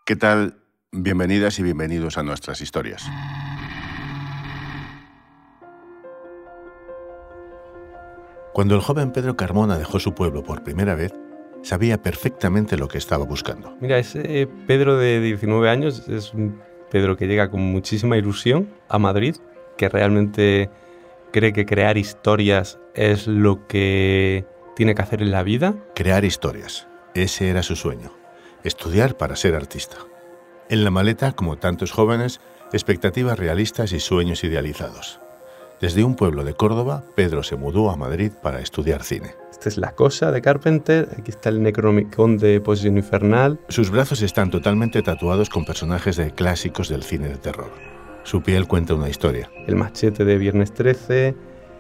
¿Qué tal? Bienvenidas y bienvenidos a nuestras historias. Cuando el joven Pedro Carmona dejó su pueblo por primera vez, sabía perfectamente lo que estaba buscando. Mira, ese Pedro de 19 años es un Pedro que llega con muchísima ilusión a Madrid, que realmente cree que crear historias es lo que tiene que hacer en la vida. Crear historias. Ese era su sueño. Estudiar para ser artista. En la maleta, como tantos jóvenes, expectativas realistas y sueños idealizados. Desde un pueblo de Córdoba, Pedro se mudó a Madrid para estudiar cine. Esta es La Cosa de Carpenter, aquí está el Necronomicon de Posesión Infernal. Sus brazos están totalmente tatuados con personajes de clásicos del cine de terror. Su piel cuenta una historia. El Machete de Viernes 13,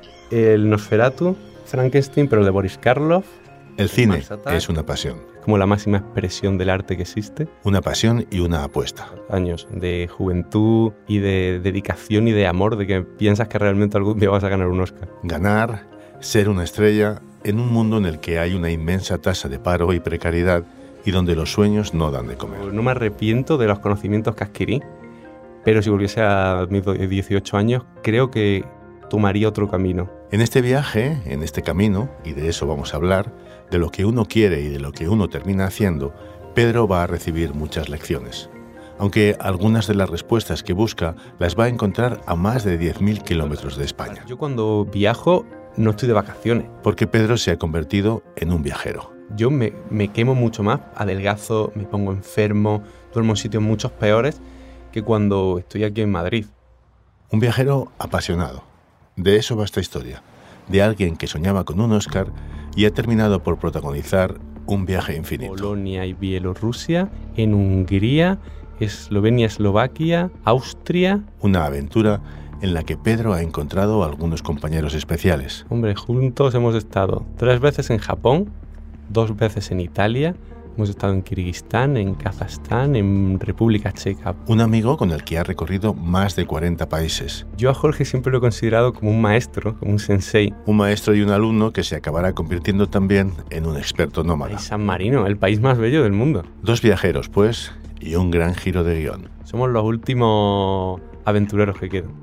el Nosferatu, Frankenstein, pero el de Boris Karloff. El cine es una pasión. Como la máxima expresión del arte que existe. Una pasión y una apuesta. Años de juventud y de dedicación y de amor, de que piensas que realmente algún día vas a ganar un Oscar. Ganar, ser una estrella, en un mundo en el que hay una inmensa tasa de paro y precariedad y donde los sueños no dan de comer. No me arrepiento de los conocimientos que adquirí, pero si volviese a mis 18 años, creo que tomaría otro camino. En este viaje, en este camino, y de eso vamos a hablar, de lo que uno quiere y de lo que uno termina haciendo, Pedro va a recibir muchas lecciones. Aunque algunas de las respuestas que busca las va a encontrar a más de 10.000 kilómetros de España. Yo cuando viajo no estoy de vacaciones. Porque Pedro se ha convertido en un viajero. Yo me quemo mucho más, adelgazo, me pongo enfermo, duermo en sitios muchos peores que cuando estoy aquí en Madrid. Un viajero apasionado. De eso va esta historia. De alguien que soñaba con un Oscar y ha terminado por protagonizar un viaje infinito. Polonia y Bielorrusia, en Hungría, Eslovenia, Eslovaquia, Austria. Una aventura en la que Pedro ha encontrado a algunos compañeros especiales. Hombre, juntos hemos estado 3 veces en Japón, 2 veces en Italia, hemos estado en Kirguistán, en Kazajstán, en República Checa. Un amigo con el que ha recorrido más de 40 países. Yo a Jorge siempre lo he considerado como un maestro, como un sensei. Un maestro y un alumno que se acabará convirtiendo también en un experto nómada. San Marino, el país más bello del mundo. 2 viajeros, pues, y un gran giro de guión. Somos los últimos aventureros que quedan.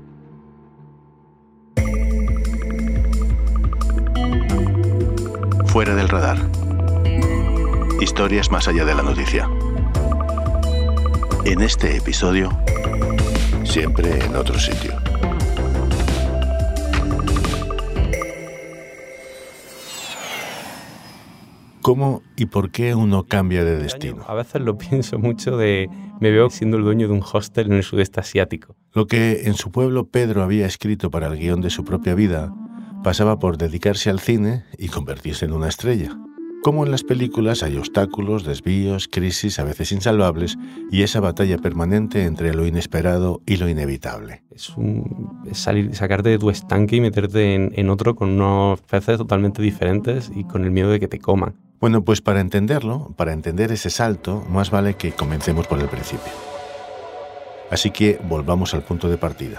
Fuera del radar. Historias más allá de la noticia. En este episodio, siempre en otro sitio. ¿Cómo y por qué uno cambia de destino? A veces lo pienso mucho me veo siendo el dueño de un hostel en el sudeste asiático. Lo que en su pueblo Pedro había escrito para el guión de su propia vida pasaba por dedicarse al cine y convertirse en una estrella. Como en las películas hay obstáculos, desvíos, crisis a veces insalvables y esa batalla permanente entre lo inesperado y lo inevitable. Es sacarte de tu estanque y meterte en otro con unos peces totalmente diferentes y con el miedo de que te coman. Bueno, pues para entenderlo, para entender ese salto, más vale que comencemos por el principio. Así que volvamos al punto de partida.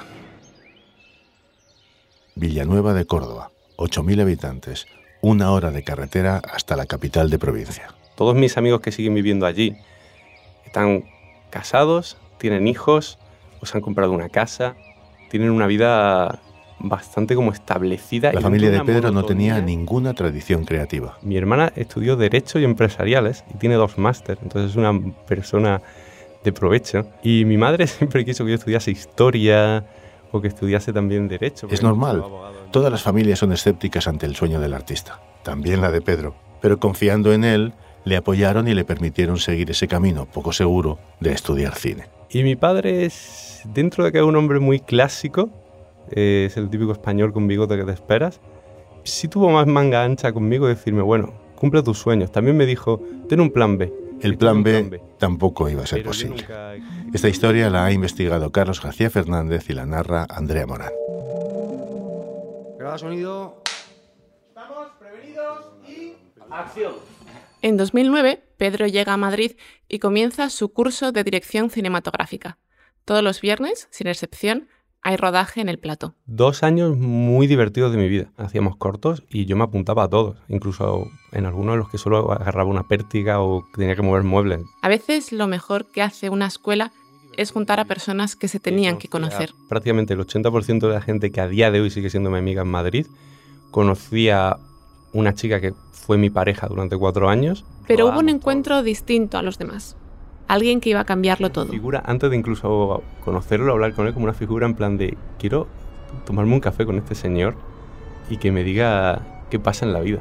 Villanueva de Córdoba, 8.000 habitantes, 1 hora de carretera hasta la capital de provincia. Todos mis amigos que siguen viviendo allí están casados, tienen hijos, o se han comprado una casa, tienen una vida bastante como establecida. La familia de Pedro no tenía ninguna tradición creativa. Mi hermana estudió Derecho y Empresariales y tiene 2 másteres, entonces es una persona de provecho. Y mi madre siempre quiso que yo estudiase Historia o que estudiase también Derecho. Es normal. Todas las familias son escépticas ante el sueño del artista, también la de Pedro. Pero confiando en él, le apoyaron y le permitieron seguir ese camino poco seguro de estudiar cine. Y mi padre es, dentro de que es un hombre muy clásico, es el típico español con bigote que te esperas, sí tuvo más manga ancha conmigo de decirme, bueno, cumple tus sueños. También me dijo, ten un plan B. El plan B tampoco iba a ser posible. Esta historia la ha investigado Carlos García Fernández y la narra Andrea Morán. Graba sonido. Estamos prevenidos y acción. En 2009, Pedro llega a Madrid y comienza su curso de dirección cinematográfica. Todos los viernes, sin excepción, Hay rodaje en el plató. 2 años muy divertidos de mi vida. Hacíamos cortos y yo me apuntaba a todos, incluso en algunos en los que solo agarraba una pértiga o tenía que mover muebles. A veces lo mejor que hace una escuela es juntar a personas que se tenían que conocer. Prácticamente el 80% de la gente que a día de hoy sigue siendo mi amiga en Madrid conocía una chica que fue mi pareja durante 4 años. Pero hubo un encuentro distinto a los demás. Alguien que iba a cambiarlo todo. Figura, antes de incluso conocerlo, hablar con él como una figura en plan de quiero tomarme un café con este señor y que me diga qué pasa en la vida.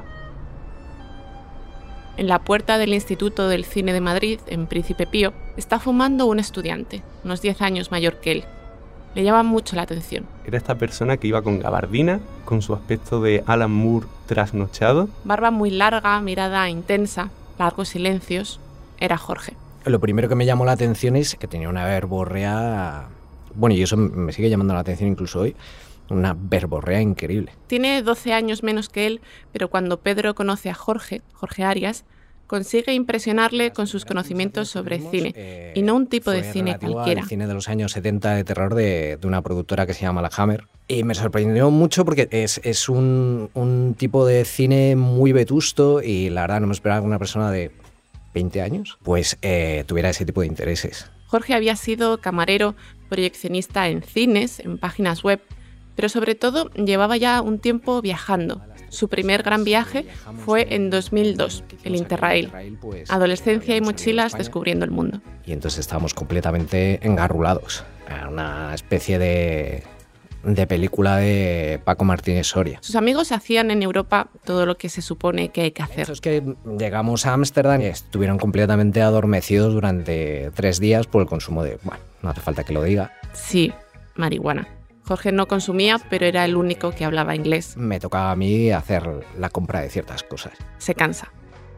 En la puerta del Instituto del Cine de Madrid, en Príncipe Pío, está fumando un estudiante, unos 10 años mayor que él. Le llama mucho la atención. Era esta persona que iba con gabardina, con su aspecto de Alan Moore trasnochado. Barba muy larga, mirada intensa, largos silencios. Era Jorge. Lo primero que me llamó la atención es que tenía una verborrea... Bueno, y eso me sigue llamando la atención incluso hoy. Una verborrea increíble. Tiene 12 años menos que él, pero cuando Pedro conoce a Jorge Arias, consigue impresionarle con sus conocimientos sobre cine, y no un tipo de cine cualquiera. El cine de los años 70 de terror de una productora que se llama La Hammer. Y me sorprendió mucho porque es un tipo de cine muy vetusto y la verdad no me esperaba que una persona de 20 años pues tuviera ese tipo de intereses. Jorge había sido camarero, proyeccionista en cines, en páginas web, pero sobre todo llevaba ya un tiempo viajando. Su primer gran viaje fue en 2002, el Interrail. Adolescencia y mochilas descubriendo el mundo. Y entonces estábamos completamente engarrulados. Era una especie de película de Paco Martínez Soria. Sus amigos hacían en Europa todo lo que se supone que hay que hacer. Es que llegamos a Ámsterdam y estuvieron completamente adormecidos durante 3 días por el consumo de... Bueno, no hace falta que lo diga. Sí, marihuana. Jorge no consumía, pero era el único que hablaba inglés. Me tocaba a mí hacer la compra de ciertas cosas. Se cansa.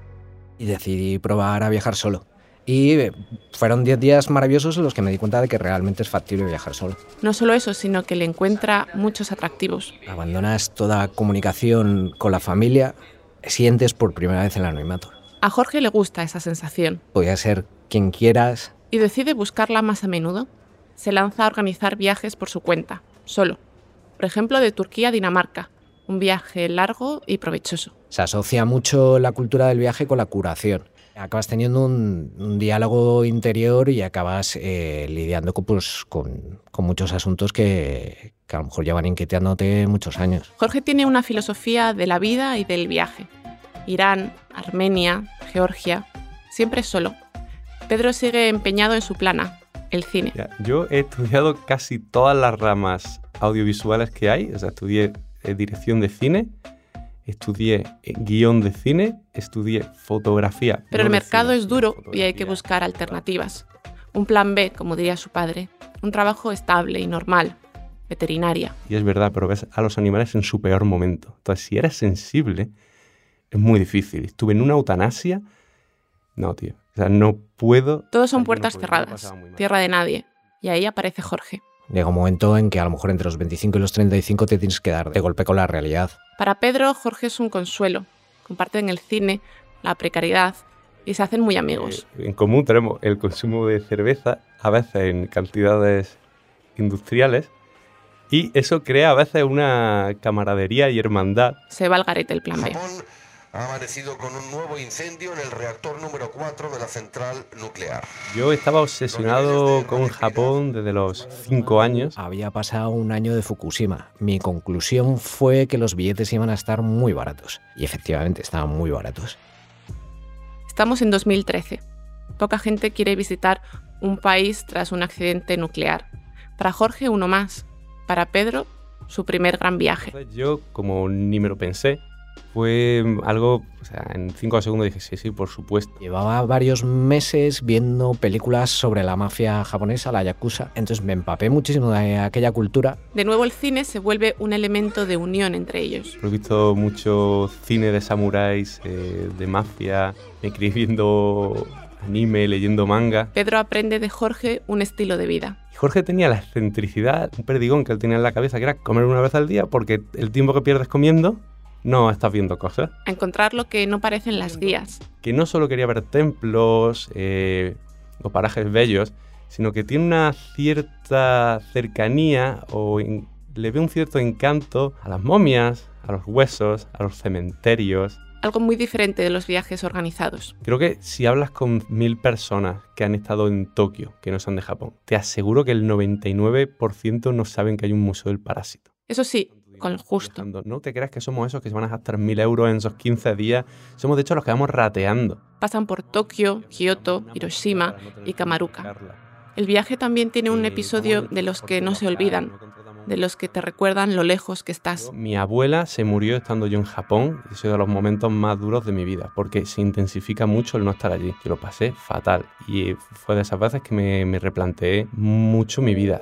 Y decidí probar a viajar solo. Y fueron 10 días maravillosos en los que me di cuenta de que realmente es factible viajar solo. No solo eso, sino que le encuentra muchos atractivos. Abandonas toda comunicación con la familia, sientes por primera vez el anonimato. A Jorge le gusta esa sensación. Podías ser quien quieras. Y decide buscarla más a menudo. Se lanza a organizar viajes por su cuenta. Solo. Por ejemplo, de Turquía a Dinamarca. Un viaje largo y provechoso. Se asocia mucho la cultura del viaje con la curación. Acabas teniendo un diálogo interior y acabas lidiando con muchos asuntos que a lo mejor llevan inquietándote muchos años. Jorge tiene una filosofía de la vida y del viaje. Irán, Armenia, Georgia, siempre solo. Pedro sigue empeñado en su plana, el cine. Yo he estudiado casi todas las ramas audiovisuales que hay. O sea, estudié dirección de cine, estudié guión de cine, estudié fotografía. Pero el mercado es duro y hay que buscar alternativas. Un plan B, como diría su padre. Un trabajo estable y normal. Veterinaria. Y es verdad, pero ves a los animales en su peor momento. Entonces, si eres sensible, es muy difícil. Estuve en una eutanasia. No, tío. O sea, no puedo... Todos son puertas cerradas. Tierra de nadie. Y ahí aparece Jorge. Llega un momento en que a lo mejor entre los 25 y los 35 te tienes que dar de golpe con la realidad. Para Pedro, Jorge es un consuelo. Comparten el cine, la precariedad y se hacen muy amigos. En común tenemos el consumo de cerveza, a veces en cantidades industriales, y eso crea a veces una camaradería y hermandad. Se va al garete el plan B. Japón ha amanecido con un nuevo incendio en el reactor número 4 de la central nuclear. Yo estaba obsesionado con Japón desde los 5 años. Había pasado un año de Fukushima. Mi conclusión fue que los billetes iban a estar muy baratos. Y efectivamente estaban muy baratos. Estamos en 2013. Poca gente quiere visitar un país tras un accidente nuclear. Para Jorge, uno más. Para Pedro, su primer gran viaje. Yo, como ni me lo pensé, fue algo, o sea, en 5 segundos dije, sí, por supuesto. Llevaba varios meses viendo películas sobre la mafia japonesa, la Yakuza, entonces me empapé muchísimo de aquella cultura. De nuevo el cine se vuelve un elemento de unión entre ellos. He visto mucho cine de samuráis, de mafia, me crié viendo anime, leyendo manga. Pedro aprende de Jorge un estilo de vida. Jorge tenía la excentricidad, un perdigón que él tenía en la cabeza, que era comer una vez al día, porque el tiempo que pierdes comiendo no estás viendo cosas. A encontrar lo que no parecen las guías. Que no solo quería ver templos o parajes bellos, sino que tiene una cierta cercanía le ve un cierto encanto a las momias, a los huesos, a los cementerios. Algo muy diferente de los viajes organizados. Creo que si hablas con 1000 personas que han estado en Tokio, que no son de Japón, te aseguro que el 99% no saben que hay un museo del parásito. Eso sí, con lo justo. No te creas que somos esos que se van a gastar 1000 euros en esos 15 días. Somos de hecho los que vamos rateando. Pasan por Tokio, Kioto, Hiroshima y Kamaruka. El viaje también tiene un episodio de los que no se olvidan, de los que te recuerdan lo lejos que estás. Mi abuela se murió estando yo en Japón y ese es de los momentos más duros de mi vida, porque se intensifica mucho el no estar allí. Yo lo pasé fatal y fue de esas veces que me replanteé mucho mi vida.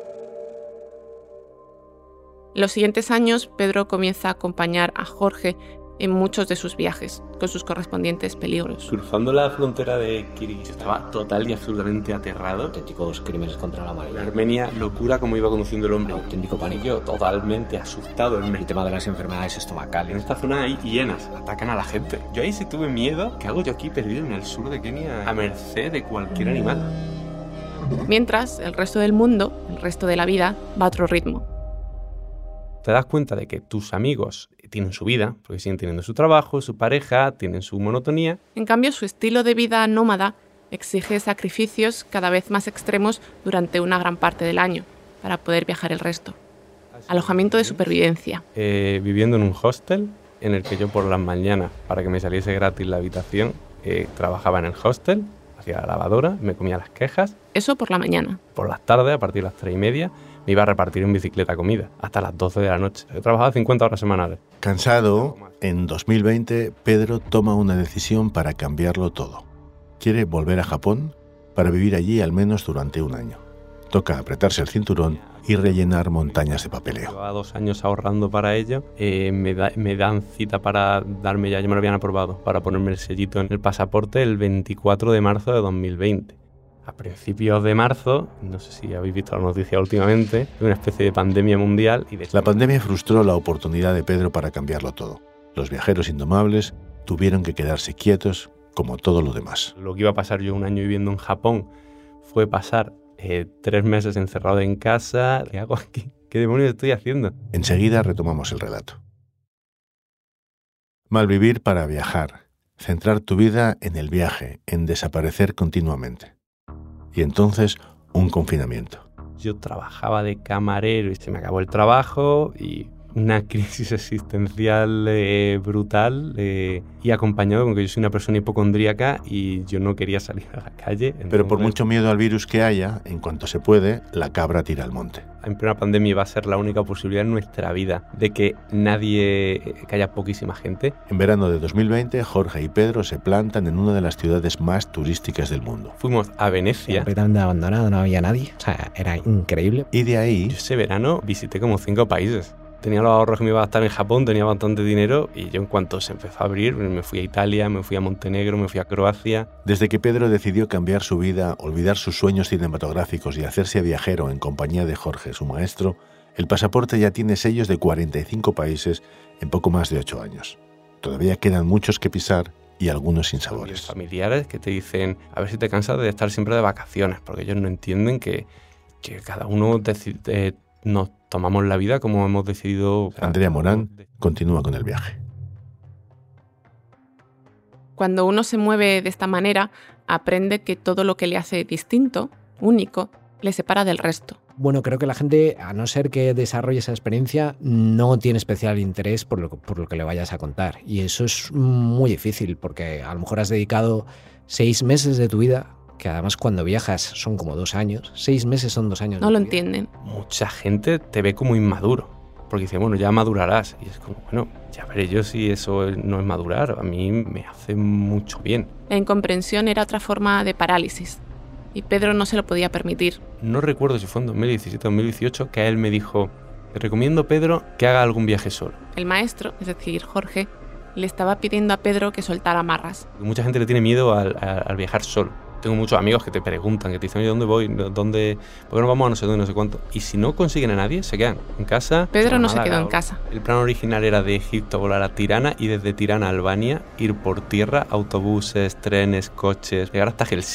En los siguientes años, Pedro comienza a acompañar a Jorge en muchos de sus viajes, con sus correspondientes peligros. Cruzando la frontera de Kirguistán, estaba total y absolutamente aterrado. Auténticos crímenes contra la En humanidad. Armenia, locura como iba conduciendo el hombre. Auténtico pánico. Yo totalmente asustado. El tema de las enfermedades En estomacales. esta zona hay hienas, atacan a la gente. Yo ahí sí tuve miedo. ¿Qué hago yo aquí perdido en el sur de Kenia a merced de cualquier animal? Mientras, el resto del mundo, el resto de la vida, va a otro ritmo. Te das cuenta de que tus amigos tienen su vida, porque siguen teniendo su trabajo, su pareja, tienen su monotonía. En cambio, su estilo de vida nómada exige sacrificios cada vez más extremos durante una gran parte del año, para poder viajar el resto. Alojamiento de supervivencia. Viviendo en un hostel, en el que yo por las mañanas, para que me saliese gratis la habitación, trabajaba en el hostel, hacía la lavadora, me comía las quejas. Eso por la mañana. Por las tardes, a partir de las 3:30, me iba a repartir en bicicleta comida, hasta las 12 de la noche. He trabajado 50 horas semanales. Cansado, en 2020, Pedro toma una decisión para cambiarlo todo. Quiere volver a Japón para vivir allí al menos durante un año. Toca apretarse el cinturón y rellenar montañas de papeleo. Llevaba 2 años ahorrando para ello. Me dan cita para darme ya me lo habían aprobado, para ponerme el sellito en el pasaporte el 24 de marzo de 2020. A principios de marzo, no sé si habéis visto la noticia últimamente, de una especie de pandemia mundial. La pandemia frustró la oportunidad de Pedro para cambiarlo todo. Los viajeros indomables tuvieron que quedarse quietos como todo lo demás. Lo que iba a pasar yo un año viviendo en Japón fue pasar 3 meses encerrado en casa. ¿Qué hago aquí? ¿Qué demonios estoy haciendo? Enseguida retomamos el relato. Malvivir para viajar. Centrar tu vida en el viaje, en desaparecer continuamente. Y entonces, un confinamiento. Yo trabajaba de camarero y se me acabó el trabajo y una crisis existencial brutal y acompañado con que yo soy una persona hipocondríaca y yo no quería salir a la calle. Entonces, pero por mucho miedo al virus que haya, en cuanto se puede, la cabra tira al monte. En plena pandemia va a ser la única posibilidad en nuestra vida de que haya poquísima gente. En verano de 2020, Jorge y Pedro se plantan en una de las ciudades más turísticas del mundo. Fuimos a Venecia. Completamente abandonado, no había nadie. O sea, era increíble. Y de ahí... Yo ese verano visité como 5 países. Tenía los ahorros que me iba a gastar en Japón, tenía bastante dinero y yo en cuanto se empezó a abrir me fui a Italia, me fui a Montenegro, me fui a Croacia. Desde que Pedro decidió cambiar su vida, olvidar sus sueños cinematográficos y hacerse viajero en compañía de Jorge, su maestro, el pasaporte ya tiene sellos de 45 países en poco más de 8 años. Todavía quedan muchos que pisar y algunos sinsabores. Familiares que te dicen, a ver si te cansas de estar siempre de vacaciones, porque ellos no entienden que cada uno nos tomamos la vida como hemos decidido. Andrea Morán continúa con el viaje. Cuando uno se mueve de esta manera, aprende que todo lo que le hace distinto, único, le separa del resto. Bueno, creo que la gente, a no ser que desarrolle esa experiencia, no tiene especial interés por lo que le vayas a contar. Y eso es muy difícil, porque a lo mejor has dedicado 6 meses de tu vida, que además cuando viajas son como 2 años. 6 meses son 2 años. No lo entienden. Mucha gente te ve como inmaduro, porque dice, bueno, ya madurarás. Y es como, bueno, ya veré yo si eso no es madurar. A mí me hace mucho bien. La incomprensión era otra forma de parálisis, y Pedro no se lo podía permitir. No recuerdo si fue en 2017 o 2018 que a él me dijo, te recomiendo, Pedro, que haga algún viaje solo. El maestro, es decir, Jorge, le estaba pidiendo a Pedro que soltara amarras. Mucha gente le tiene miedo al viajar solo. Tengo muchos amigos que te preguntan, que te dicen, oye, ¿dónde voy? ¿Por qué no vamos a no sé dónde, no sé cuánto? Y si no consiguen a nadie, se quedan en casa. Pedro no se quedó en casa. El plan original era de Egipto volar a Tirana y desde Tirana a Albania ir por tierra, autobuses, trenes, coches, llegar hasta Helsinki.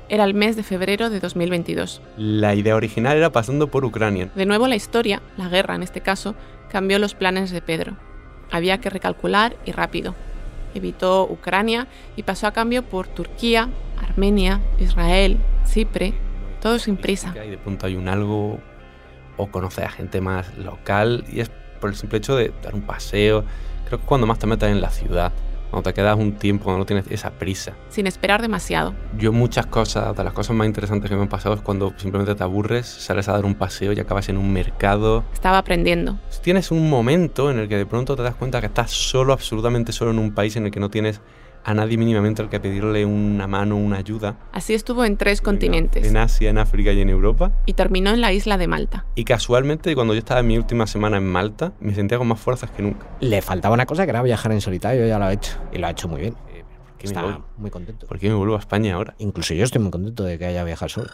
Era el mes de febrero de 2022. La idea original era pasando por Ucrania. De nuevo la historia, la guerra en este caso, cambió los planes de Pedro. Había que recalcular y rápido. Evitó Ucrania y pasó a cambio por Turquía, Armenia, Israel, Chipre, todo sin prisa. Y de pronto hay un algo, o conoces a gente más local, y es por el simple hecho de dar un paseo. Creo que cuando más te metes en la ciudad, cuando te quedas un tiempo, cuando no tienes esa prisa. Sin esperar demasiado. Yo muchas cosas, de las cosas más interesantes que me han pasado es cuando simplemente te aburres, sales a dar un paseo y acabas en un mercado. Estaba aprendiendo. Tienes un momento en el que de pronto te das cuenta que estás solo, absolutamente solo en un país en el que no tienes a nadie mínimamente al que pedirle una mano, una ayuda. Así estuvo en 3 continentes. En Asia, en África y en Europa. Y terminó en la isla de Malta. Y casualmente, cuando yo estaba en mi última semana en Malta, me sentía con más fuerzas que nunca. Le faltaba una cosa que era viajar en solitario, ya lo ha hecho. Y lo ha hecho muy bien. ¿Por qué Está muy contento. ¿Por qué me vuelvo a España ahora? Incluso yo estoy muy contento de que haya viajado solo.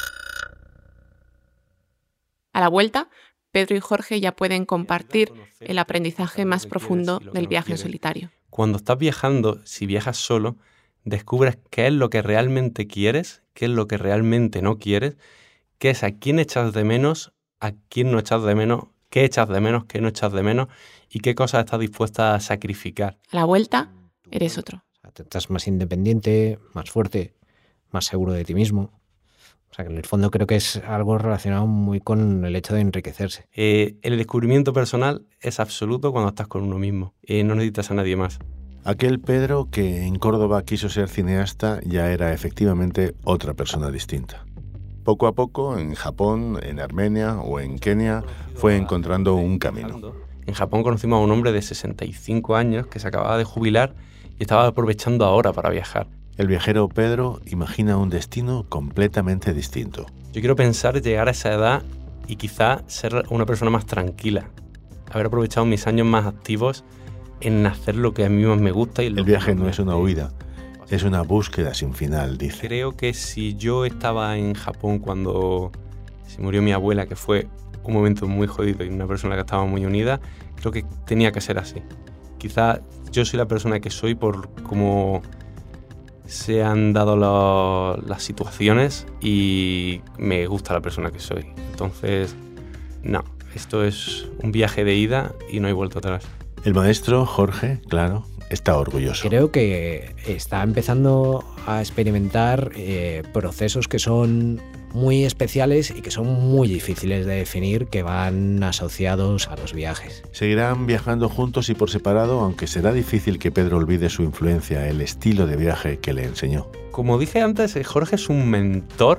A la vuelta, Pedro y Jorge ya pueden compartir el aprendizaje más profundo del viaje en solitario. Cuando estás viajando, si viajas solo, descubres qué es lo que realmente quieres, qué es lo que realmente no quieres, qué es a quién echas de menos, a quién no echas de menos, qué echas de menos, qué no echas de menos y qué cosas estás dispuesta a sacrificar. A la vuelta, eres otro. O sea, estás más independiente, más fuerte, más seguro de ti mismo. O sea, que en el fondo creo que es algo relacionado muy con el hecho de enriquecerse. El descubrimiento personal es absoluto cuando estás con uno mismo. No necesitas a nadie más. Aquel Pedro que en Córdoba quiso ser cineasta ya era efectivamente otra persona distinta. Poco a poco, en Japón, en Armenia o en Kenia, fue encontrando un camino. En Japón conocimos a un hombre de 65 años que se acababa de jubilar y estaba aprovechando ahora para viajar. El viajero Pedro imagina un destino completamente distinto. Yo quiero pensar llegar a esa edad y quizá ser una persona más tranquila. Haber aprovechado mis años más activos en hacer lo que a mí más me gusta. Y el viaje no es una huida, es una búsqueda sin final, dice. Creo que si yo estaba en Japón cuando se murió mi abuela, que fue un momento muy jodido y una persona que estaba muy unida, creo que tenía que ser así. Quizá yo soy la persona que soy por cómo se han dado las situaciones y me gusta la persona que soy. Entonces, no, esto es un viaje de ida y no hay vuelta atrás. El maestro, Jorge, claro, está orgulloso. Creo que está empezando a experimentar procesos que son muy especiales y que son muy difíciles de definir, que van asociados a los viajes. Seguirán viajando juntos y por separado, aunque será difícil que Pedro olvide su influencia, el estilo de viaje que le enseñó. Como dije antes, Jorge es un mentor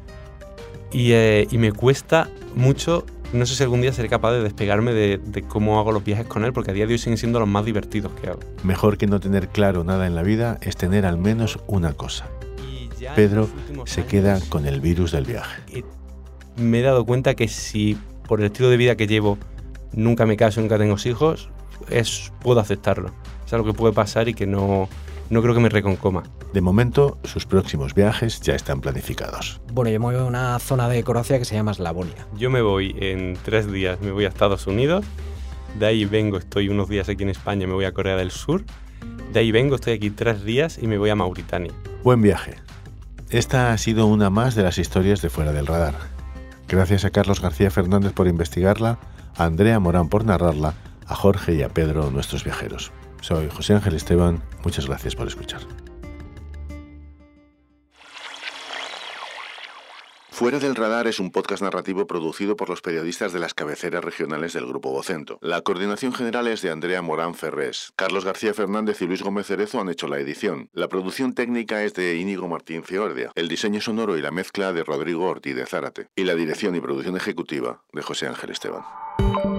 y me cuesta mucho. No sé si algún día seré capaz de despegarme de cómo hago los viajes con él, porque a día de hoy siguen siendo los más divertidos que hago. Mejor que no tener claro nada en la vida es tener al menos una cosa. Pedro se queda con el virus del viaje. Me he dado cuenta que si por el estilo de vida que llevo nunca me caso, nunca tengo hijos, puedo aceptarlo. Es algo que puede pasar y que no creo que me reconcoma. De momento, sus próximos viajes ya están planificados. Bueno, yo me voy a una zona de Croacia que se llama Slavonia. Yo me voy en 3 días, me voy a Estados Unidos, de ahí vengo, estoy unos días aquí en España, me voy a Corea del Sur, de ahí vengo, estoy aquí 3 días y me voy a Mauritania. Buen viaje. Esta ha sido una más de las historias de Fuera del Radar. Gracias a Carlos García Fernández por investigarla, a Andrea Morán por narrarla, a Jorge y a Pedro, nuestros viajeros. Soy José Ángel Esteban, muchas gracias por escuchar. Fuera del Radar es un podcast narrativo producido por los periodistas de las cabeceras regionales del Grupo Vocento. La coordinación general es de Andrea Morán Ferrés. Carlos García Fernández y Luis Gómez Cerezo han hecho la edición. La producción técnica es de Íñigo Martín Fiordia. El diseño sonoro y la mezcla de Rodrigo Ortiz de Zárate. Y la dirección y producción ejecutiva de José Ángel Esteban.